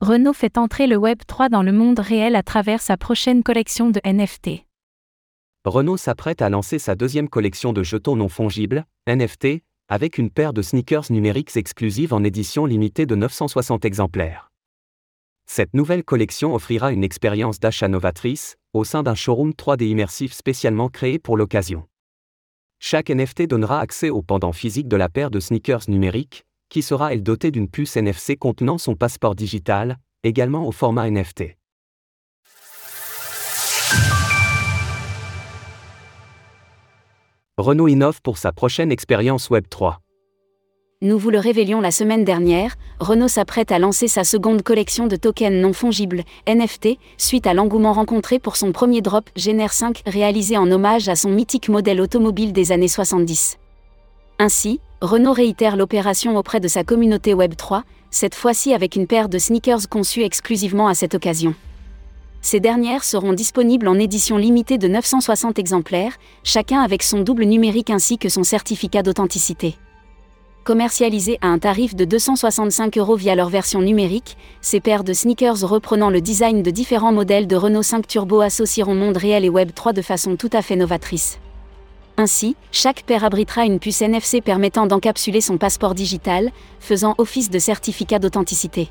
Renault fait entrer le Web3 dans le monde réel à travers sa prochaine collection de NFT. Renault s'apprête à lancer sa deuxième collection de jetons non fongibles, NFT, avec une paire de sneakers numériques exclusives en édition limitée de 960 exemplaires. Cette nouvelle collection offrira une expérience d'achat novatrice, au sein d'un showroom 3D immersif spécialement créé pour l'occasion. Chaque NFT donnera accès au pendant physique de la paire de sneakers numériques, qui sera elle dotée d'une puce NFC contenant son passeport digital, également au format NFT. Renault innove pour sa prochaine expérience Web3. Nous vous le révélions la semaine dernière, Renault s'apprête à lancer sa seconde collection de tokens non fongibles, NFT, suite à l'engouement rencontré pour son premier drop Gener 5 réalisé en hommage à son mythique modèle automobile des années 70. Ainsi, Renault réitère l'opération auprès de sa communauté Web3, cette fois-ci avec une paire de sneakers conçus exclusivement à cette occasion. Ces dernières seront disponibles en édition limitée de 960 exemplaires, chacun avec son double numérique ainsi que son certificat d'authenticité. Commercialisées à un tarif de 265 € via leur version numérique, ces paires de sneakers reprenant le design de différents modèles de Renault 5 Turbo associeront monde réel et Web3 de façon tout à fait novatrice. Ainsi, chaque paire abritera une puce NFC permettant d'encapsuler son passeport digital, faisant office de certificat d'authenticité.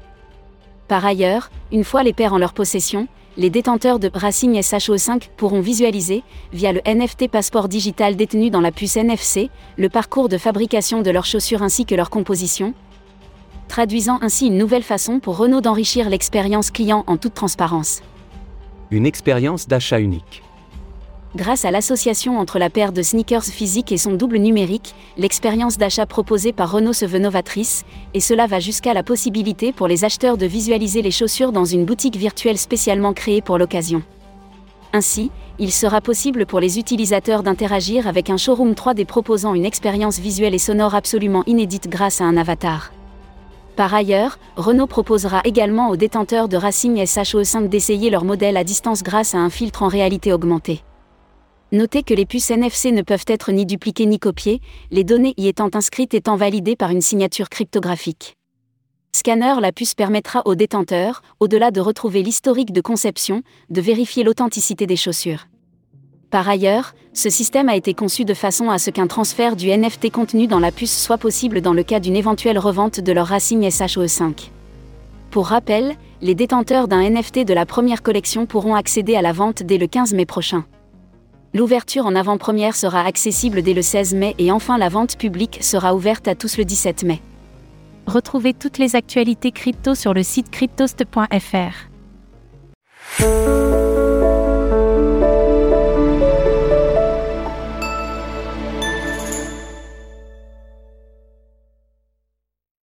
Par ailleurs, une fois les paires en leur possession, les détenteurs de Racing SHO5 pourront visualiser, via le NFT passeport digital détenu dans la puce NFC, le parcours de fabrication de leurs chaussures ainsi que leur composition, traduisant ainsi une nouvelle façon pour Renault d'enrichir l'expérience client en toute transparence. Une expérience d'achat unique. Grâce à l'association entre la paire de sneakers physique et son double numérique, l'expérience d'achat proposée par Renault se veut novatrice, et cela va jusqu'à la possibilité pour les acheteurs de visualiser les chaussures dans une boutique virtuelle spécialement créée pour l'occasion. Ainsi, il sera possible pour les utilisateurs d'interagir avec un showroom 3D proposant une expérience visuelle et sonore absolument inédite grâce à un avatar. Par ailleurs, Renault proposera également aux détenteurs de Racing SHO5 d'essayer leur modèle à distance grâce à un filtre en réalité augmentée. Notez que les puces NFC ne peuvent être ni dupliquées ni copiées, les données y étant inscrites étant validées par une signature cryptographique. Scanner la puce permettra aux détenteurs, au-delà de retrouver l'historique de conception, de vérifier l'authenticité des chaussures. Par ailleurs, ce système a été conçu de façon à ce qu'un transfert du NFT contenu dans la puce soit possible dans le cas d'une éventuelle revente de leur Racing SHO5. Pour rappel, les détenteurs d'un NFT de la première collection pourront accéder à la vente dès le 15 mai prochain. L'ouverture en avant-première sera accessible dès le 16 mai et enfin la vente publique sera ouverte à tous le 17 mai. Retrouvez toutes les actualités crypto sur le site cryptost.fr.